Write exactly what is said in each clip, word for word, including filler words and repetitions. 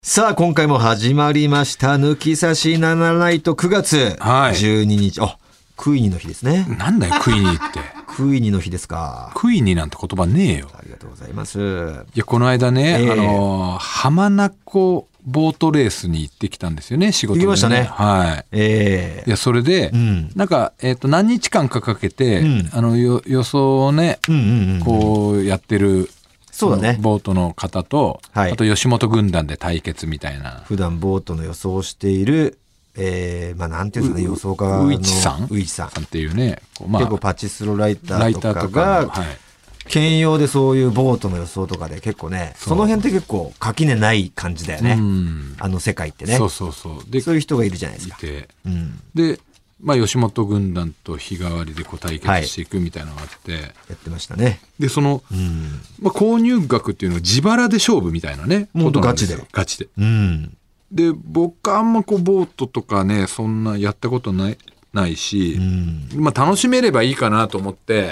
さあ今回も始まりました抜き差しならないとくがつじゅうににち、はい、あクイニの日ですね。 なんだよクイニってクイニの日ですか。 クイニなんて言葉ねえよ。 ありがとうございます。 いやこの間ね、えー、あの浜名湖ボートレースに行ってきたんですよね、仕事で、ね、 行きましたね。 はい。 えー、 いやそれで、うん、なんか、えー、と何日間かかけて、うん、あのよ予想をね、うんうんうん、こうやってるそうだね、 ボートの方と、はい、あと吉本軍団で対決みたいな。 普段ボートの予想をしている、えー、まあなんていうんですかね、予想家のウイチさんウイチさんっていうね、 まあ、結構パチスロライターとかがはい、 兼用でそういうボートの予想とかで結構ね、その辺って結構垣根ない感じだよね、うん、あの世界ってね。 そうそうそうでそういう人がいるじゃないですか。 いて、うん、でまあ、吉本軍団と日替わりでこう対決していくみたいなのがあって、はい、 やってましたね。 でその、うんまあ、購入額っていうのは自腹で勝負みたいなね、 もっとガチでガチで、 うん、で僕あんまこうボートとかねそんなやったことない、ないし、うんまあ、楽しめればいいかなと思って、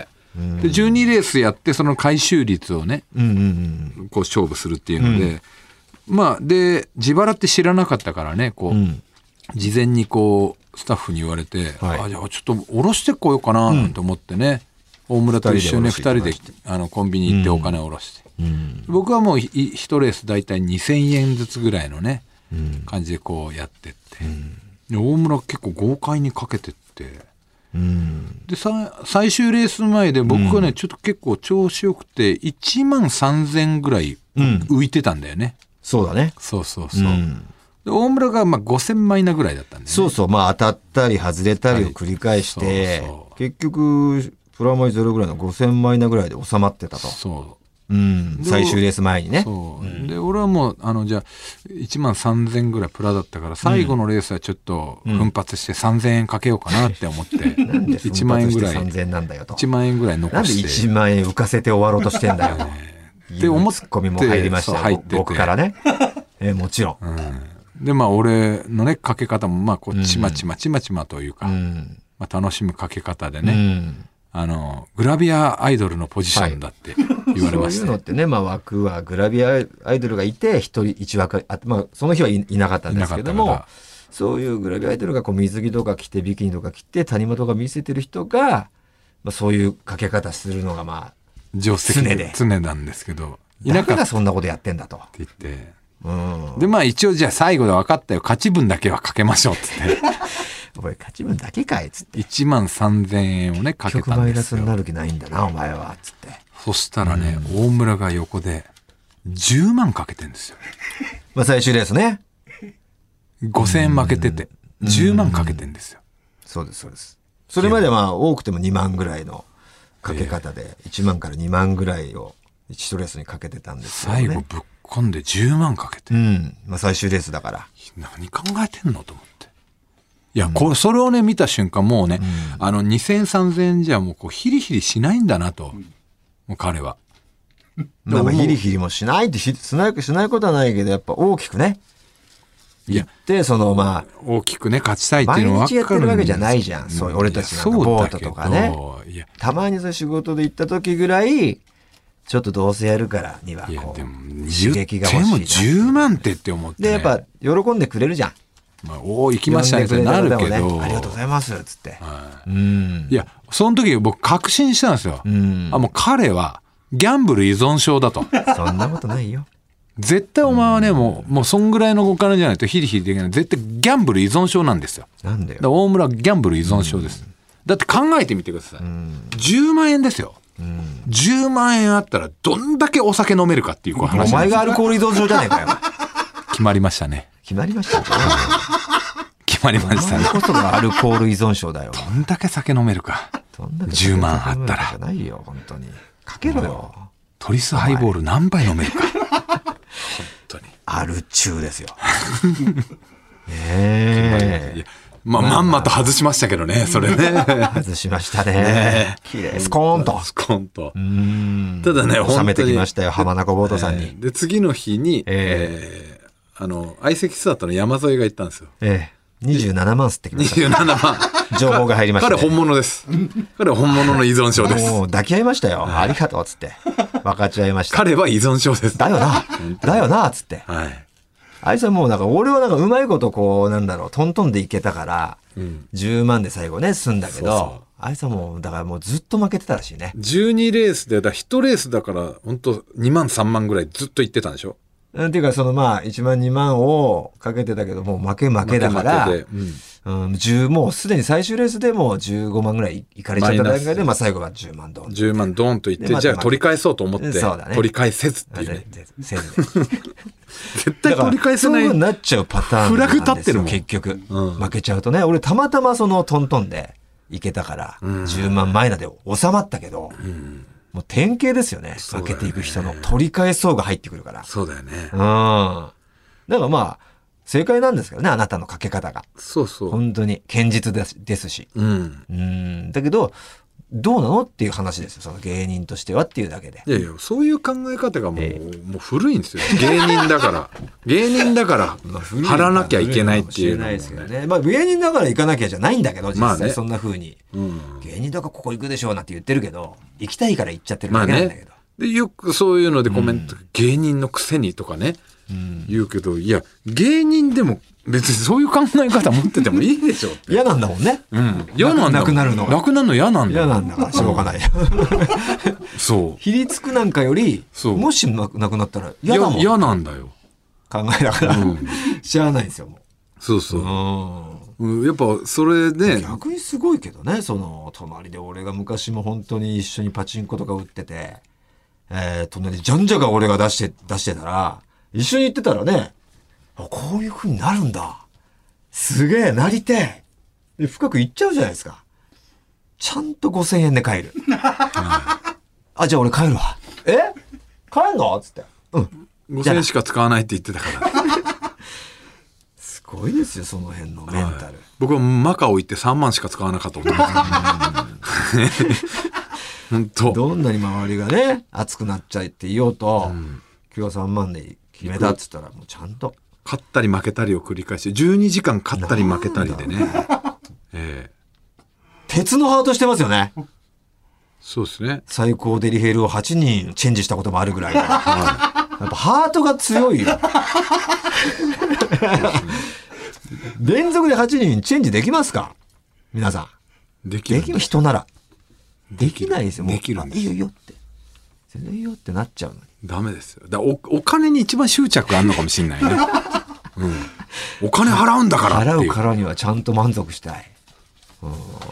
うん、でじゅうにレースやってその回収率をね、うんうんうん、こう勝負するっていうので、うん、まあで自腹って知らなかったからねこう、うん、事前にこうスタッフに言われて、はい、あじゃあちょっと下ろしてこようかななんて思ってね、うん、大村と一緒にふたりであのコンビニ行ってお金を下ろして、うんうん、僕はもういちレースだいたいにせんえんずつぐらいのね、うん、感じでこうやってって、うん、で大村結構豪快にかけてって、うん、でさ最終レース前で僕がね、うん、ちょっと結構調子よくていちまんさんぜんぐらい浮いてたんだよね、うん、 そうだね。 そうそうそう、うん大村がまあごせんマイナぐらいだったんで、ね、 そうそう、まあ当たったり外れたりを繰り返して、はい、そうそう結局プラマイゼロぐらいのごせんマイナぐらいで収まってたと。 そう、 うん、最終レース前にね。 そう、うん、で俺はもうあのじゃあいちまんさんぜんぐらいプラだったから最後のレースはちょっと奮発してさんぜんえんかけようかなって思って、うん、 なんで奮発してさんぜんえんなんだよと。 いちまんえんぐらい残してなんでいちまんえん浮かせて終わろうとしてんだよとって思ってツッコミも入りましたよ僕からね、えー、もちろん、うんでまあ俺のねかけ方もまあこうちまちまちまちまというか、うんまあ、楽しむかけ方でね、うん、あのグラビアアイドルのポジションだって言われました、ねはい、そういうのってね、まあ、枠はグラビアアイドルがいて一人一枠あ、まあ、その日はい、いなかったんですけどもそういうグラビアアイドルがこう水着とか着てビキニとか着て谷間とか見せてる人が、まあ、そういうかけ方するのがまあ常識で常なんですけどだからそんなことやってんだとって言ってうん、でまあ一応じゃあ最後で分かったよ勝ち分だけはかけましょうっつってお前勝ち分だけかいっつっていちまんさんぜんえんをねかけたんですよ。 マイナスになる気ないんだなお前はっつってそしたらね、うん、大村が横でじゅうまんかけてんですよまあ最終レースねごせんえん負けててじゅうまんかけてんですよ。 そうですそうです。それまでまあ多くてもにまんぐらいのかけ方でいちまんからにまんぐらいをいちレースにかけてたんですよね。 最後ぶっ込んでじゅうまんかけて、 うんまあ、最終レースだから何考えてんのと思っていや、うん、これそれをね見た瞬間もうね、うん、あのにせんさんぜんえんじゃもうこうヒリヒリしないんだなと、うん、もう彼はまあヒリヒリもしないってしないしないことはないけどやっぱ大きくね言ってそのまあ大きくね勝ちたいっていうのは毎日やってるわけじゃないじゃん。そう俺たちなんかボートとかねいやたまにそういう仕事で行った時ぐらいちょっとどうせやるからにはこういやでも刺激が欲しいな。 でもじゅうまんってって思ってね。 でやっぱ喜んでくれるじゃん。 まあ、おお行きましたねってなるけど、ね、 ありがとうございますっつって、 はい、うんいやその時僕確信したんですよ。うんあもう彼はギャンブル依存症だと。 そんなことないよ。 絶対お前はねもうもうそんぐらいのお金じゃないとヒリヒリできない。絶対ギャンブル依存症なんですよ。 なんでよ。 だから大村はギャンブル依存症です。だって考えてみてください。じゅうまんえんですよ。うん、じゅうまんえんあったらどんだけお酒飲めるかっていう話なんです。 お前がアルコール依存症じゃないかよ。 決まりましたね。 決まりましたね。 決まりましたね。 お前こそがアルコール依存症だよ。 どんだけ酒飲めるか。じゅうまんあったら。 じゃないよ本当に。かけろよ。 トリスハイボール何杯飲めるか。本当に。 アル中ですよ。ねえ。 まあ、まんまと外しましたけどね、それね。 外しましたね。綺麗スコーンと。 スコーンと。うんただね、 収めてきましたよ、浜名湖ボートさんに。えー、で、次の日に、えー、あの、相席スタートの山添が行ったんですよ。 ええー。にじゅうななまん吸ってきました。 にじゅうななまん。 情報が入りました、ね。 彼本物です。彼は本物の依存症です。 もう抱き合いましたよ。ありがとうっつって。分かち合いました。 彼は依存症です。 だよな。だよなっつって。 はい。 あいつはもうなんか俺はなんかうまいことこうなんだろうトントンでいけたから、うん、じゅうまんで最後ね済んだけど、そうそう、あいつはもうだからもうずっと負けてたらしいね。 じゅうにレースでだいちレースだから本当にまんさんまんぐらいずっといってたんでしょ。 っていうかそのまあいちまんにまんをかけてたけどもう負け負けだから、負け負けで、うんうん、じゅうもうすでに最終レースでもうじゅうごまんぐらいいかれちゃった段階で、まあ、最後はじゅうまんドンじゅうまんドンといって、じゃあ取り返そうと思って、そうだね、取り返せずっていうね。絶対取り返せない。 そうなっちゃうパターンなんですよ。 フラグ立ってるもん結局、うん、負けちゃうとね。俺たまたまそのトントンでいけたから、うん、じゅうまんマイナで収まったけど、うん、もう典型ですよね。負けていく人の取り返そうが入ってくるから。 そうだよね。 うん。だからまあ正解なんですけどね、あなたのかけ方が。 そうそう。 本当に堅実です、ですし。うん。うん。だけど、どうなのっていう話ですよ。その芸人としてはっていうだけで。 いやいや、そういう考え方がもう、えー、もう古いんですよ。芸人だから。芸人だから、張らなきゃいけないっていうのも、ね。 ないですけどね。まあ芸人だから行かなきゃじゃないんだけど、実際そんな風に。まあね、うん。芸人だからここ行くでしょうなんて言ってるけど、行きたいから行っちゃってるだけなんだけど。まあね、で、よくそういうのでコメント、うん、芸人のくせにとかね、うん、言うけど、いや、芸人でも、別にそういう考え方持っててもいいでしょって。 嫌なんだもんね。 うん。嫌なんだ。 なくなるのが。 なくなるの嫌なんだ。 嫌なんだからしょうがない。 そう。 ひりつくなんかより、もしなくなったら嫌だもん。 嫌なんだよ。 考えだから、うん、しゃあないですよ、もう。 そうそう。うん、やっぱそれで、 逆にすごいけどね、その、隣で俺が昔も本当に一緒にパチンコとか打ってて、えー、隣でジャンジャが俺が出して、出してたら、一緒に行ってたらね、こういう風になるんだ。すげえ、なりてえ。で、深く言っちゃうじゃないですか。ちゃんとごせんえんで帰る。うん、あ、じゃあ俺帰るわ。え帰んのつって。うん。 ごせんえんしか使わないって言ってたから。 すごいですよ、その辺のメンタル。はい、 僕はマカオ行ってさんまんしか使わなかったと思います。本当。 どんなに周りがね、熱くなっちゃいって言おうと、うん、今日はさんまんで決めたっつったら、もうちゃんと。 勝ったり負けたりを繰り返してじゅうにじかん勝ったり負けたりでね、えー、鉄のハートしてますよね。 そうですね。 最高デリヘルをはちにんチェンジしたこともあるぐらい、はい、やっぱハートが強いよ。連続ではちにんチェンジできますか皆さん。 できる。 できる人ならできないですよ。もうできるんです。 いいよいいよって全然いいよってなっちゃうのにダメですよ。だ お, お金に一番執着あんのかもしれないね。うん、お金払うんだからっていう。 払うからにはちゃんと満足したい。うん、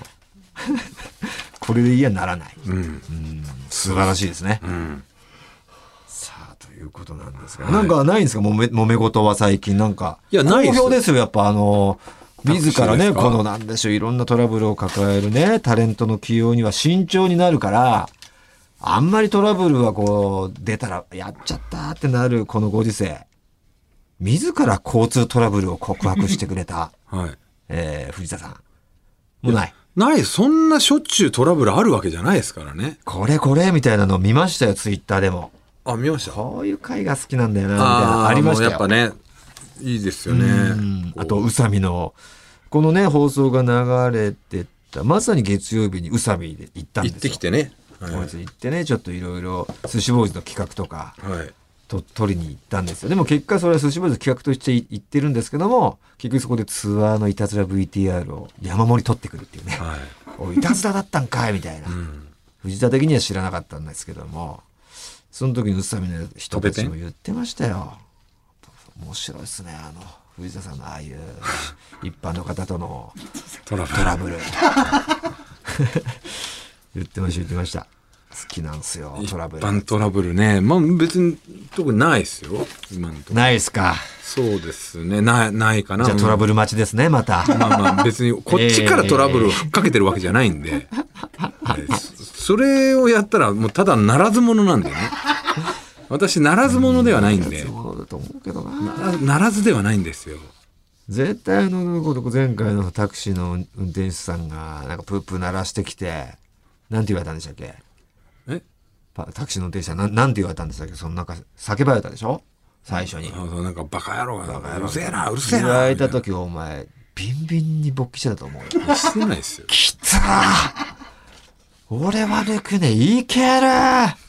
これで嫌にならない、うんうん、素晴らしいですね、うん、さあということなんですが、はい、なんかないんですかもめ、揉め事は最近なんか。 いやないです好評ですよやっぱあの自らねこのなんでしょういろんなトラブルを抱えるねタレントの起用には慎重になるからあんまりトラブルはこう出たらやっちゃったってなるこのご時世自ら交通トラブルを告白してくれた、 はいえー、藤田さんもうないないそんなしょっちゅうトラブルあるわけじゃないですからね。 これこれみたいなの見ましたよツイッターでも。 あ見ました。 こういう回が好きなんだよなみたいなありましたよ。 やっぱねいいですよね。 あと宇佐美のこのね放送が流れてたまさに月曜日に宇佐美で行ったんですよ。 行ってきてね。 はい、行ってねちょっといろいろ寿司ボーイズの企画とか、はい、と取りに行ったんですよ。でも結果それは寿司ボーイズの企画として行ってるんですけども結局そこでツアーのいたずら ブイティーアール を山盛り取ってくるっていうね、はい、おいいたずらだったんかいみたいな、うん、藤田的には知らなかったんですけどもその時に宇佐美の人たちも言ってましたよ。面白いですねあの藤田さんのああいう一般の方とのトラブル、トラブル言ってました言ってました。好きなんですよトラブル。 一般トラブルねまあ別に特にないですよ今のところ。 ないですか。 そうですねないないかな。 じゃあトラブル待ちですねまた。 まあまあ別にこっちからトラブルをふっかけてるわけじゃないんで、えー、それをやったらもうただならず者なんだよね。私ならず者ではないんで。ならず者だと思うけどな。ならずではないんですよ。 絶対あの前回のタクシーの運転手さんがなんかプープー鳴らしてきてなんて言われたんでしたっけ。 えタクシーの運転手さん な, なんて言われたんでしたっけ。そのなんか叫ばれたでしょ最初に。 あなんかバカ野郎がうるせえなうるせえな言われた時お前ビンビンに勃起してたと思うよ。 してないですよ。 きつー俺は抜くねいける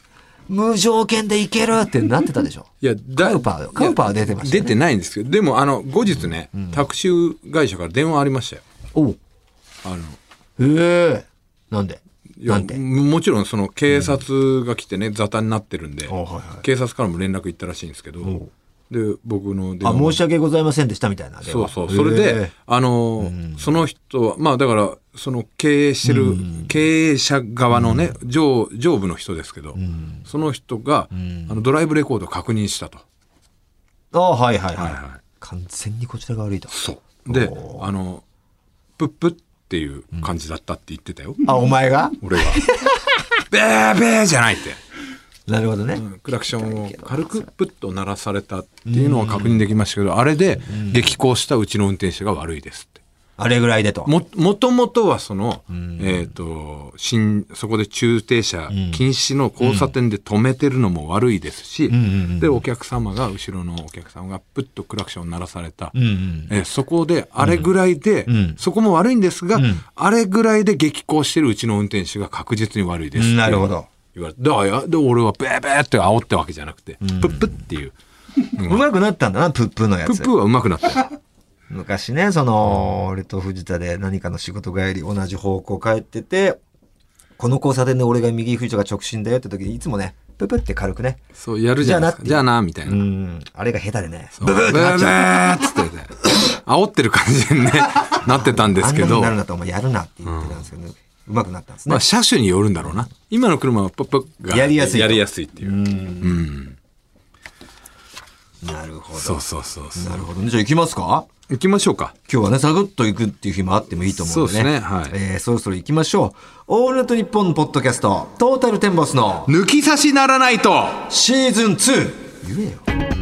無条件でいけるってなってたでしょ。 いやカウパーカウパーは出てましたよね。 出てないんですけど、でもあの後日ね、うん、タクシー会社から電話ありましたよ。 おあのへえなんでなんでもちろんその警察が来てね、うん、沙汰になってるんで、 はいはい、 警察からも連絡行ったらしいんですけど、で僕の電話あ申し訳ございませんでしたみたいな電話。 そうそう、それであの、うん、その人はまあだからその経営してる、うん、経営者側のね、うん、上, 上部の人ですけど、うん、その人が、うん、あのドライブレコードを確認したと。 ああはいはいはい、はいはい、完全にこちらが悪いと。 そうであのプップっていう感じだったって言ってたよ、 うん、あお前が俺がベーベーじゃないってなるほどね、 うん、クラクションを軽くプッと鳴らされたっていうのは確認できましたけど、うん、あれで激高したうちの運転手が悪いですって。 あれぐらいでと も, もともとはその、うん、えー、と新そこで駐停車禁止の交差点で止めてるのも悪いですし、うん、でお客様が後ろのお客様がプッとクラクション鳴らされた、うん、えー、そこであれぐらいで、うん、そこも悪いんですが、うん、あれぐらいで激高してるうちの運転手が確実に悪いですって、 なるほど言われて、だからで俺はベーベーって煽ったわけじゃなくて、うん、プップっていう、 うん、うまくなったんだなプップのやつ。 プップはうまくなった昔ね、その、俺と藤田で何かの仕事帰り、同じ方向帰ってて、この交差点で俺が右、藤田が直進だよって時に、いつもね、ププって軽くね。 そう、やるじゃないですか。じゃあな、みたいな。 うん。あれが下手でね、 ブブーってなっちゃう。ブブーっつってね、煽ってる感じにね、なってたんですけど。 あんなになるんだったらお前やるなって言ってたんですけど、ね、うん、うまくなったんですね。 まあ、車種によるんだろうな。今の車はプップがやりやすい。 やりやすいっていう。うん。 うん、なるほど。 そうそうそうそう。 なるほどね。じゃあ行きますか？ 行きましょうか。 今日はね、サクッと行くっていう日もあってもいいと思うんでね。 そうですね。はい。 えー、そろそろ行きましょう。オールナイトニッポンポッドキャスト、トータルテンボスの抜き差しならないとシーズンツー。言えよ。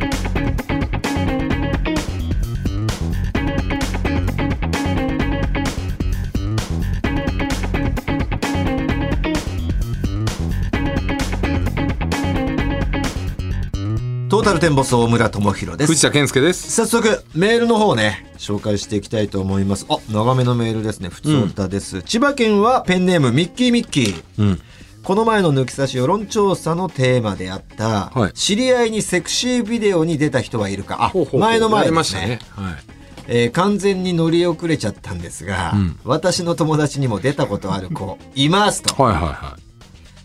トータルテンボス大村智弘です。 藤田健介です。 早速メールの方ね紹介していきたいと思います。あ、長めのメールですね。ふつおたです、うん、千葉県はペンネームミッキーミッキー、うん、この前の抜き差し世論調査のテーマであった、はい、知り合いにセクシービデオに出た人はいるか。あ、ほうほうほう、前の前ですね。はい、えー、完全に乗り遅れちゃったんですが、うん、私の友達にも出たことある子いますと。はいはいはい、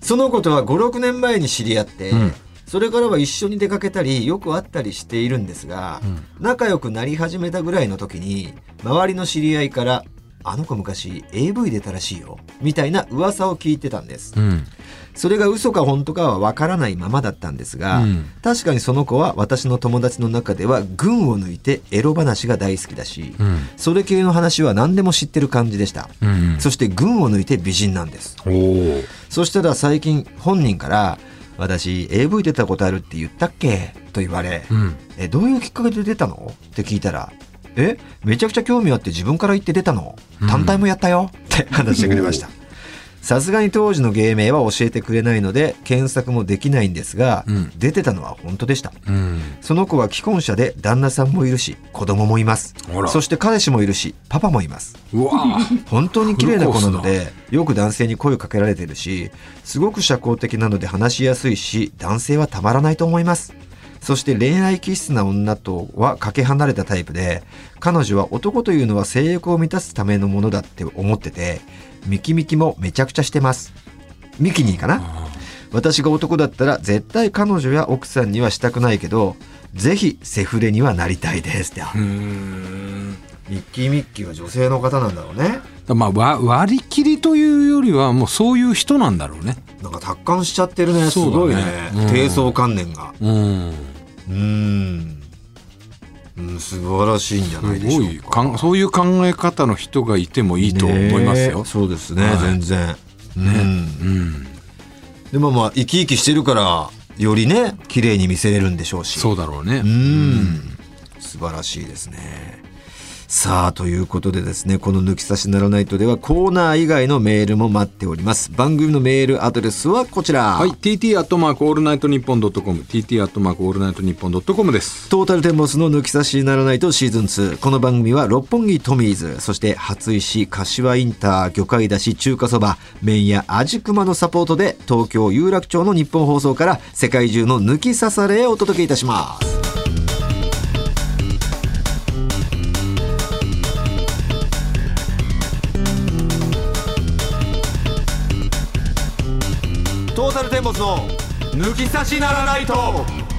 その子とはごろくねんまえに知り合って、うん、それからは一緒に出かけたりよく会ったりしているんですが、うん、仲良くなり始めたぐらいの時に周りの知り合いからあの子昔 エーブイ 出たらしいよみたいな噂を聞いてたんです、うん、それが嘘か本当かはわからないままだったんですが、うん、確かにその子は私の友達の中では群を抜いてエロ話が大好きだし、うん、それ系の話は何でも知ってる感じでした、うん、そして群を抜いて美人なんです。おそしたら最近本人から私 エーブイ 出たことあるって言ったっけと言われ、うん、えどういうきっかけで出たのって聞いたら、えめちゃくちゃ興味あって自分から言って出たの、単体もやったよって話してくれました。さすがに当時の芸名は教えてくれないので検索もできないんですが、うん、出てたのは本当でした、うん、その子は既婚者で旦那さんもいるし子供もいます。そして彼氏もいるしパパもいます。うわ本当に綺麗な子なのでよく男性に声をかけられているし、すごく社交的なので話しやすいし男性はたまらないと思います。そして恋愛気質な女とはかけ離れたタイプで、彼女は男というのは性欲を満たすためのものだって思ってて、ミキミキもめちゃくちゃしてます。ミキニーかな。私が男だったら絶対彼女や奥さんにはしたくないけど、ぜひセフレにはなりたいですって。うーんミッキーミッキーは女性の方なんだろうね。 まあ、割り切りというよりはもうそういう人なんだろうね。 なんか達観しちゃってるね。すごいね、うん、低層観念がうんうーんうん素晴らしいんじゃないでしょうか。 すごいかそういう考え方の人がいてもいいと思いますよ、 ね、そうですね、はい、全然、ねうんうん、でもまあ生き生きしてるからよりね綺麗に見せれるんでしょうし。 そうだろうね。うん、 うん素晴らしいですね。 さあということでですね、この抜き差しならないとではコーナー以外のメールも待っております。番組のメールアドレスはこちら、 はい、ティーティー アットマークオールナイトニッポンドットコム ティーティー アットマークオールナイトニッポンドットコムです。 トータルテンボスの抜き差しならないとシーズンツー、この番組は六本木トミーズ、そして初石柏インター、魚介だし中華そば麺屋味熊のサポートで東京有楽町の日本放送から世界中の抜き差されをお届けいたします。トータルテンボスの抜き差しならないと。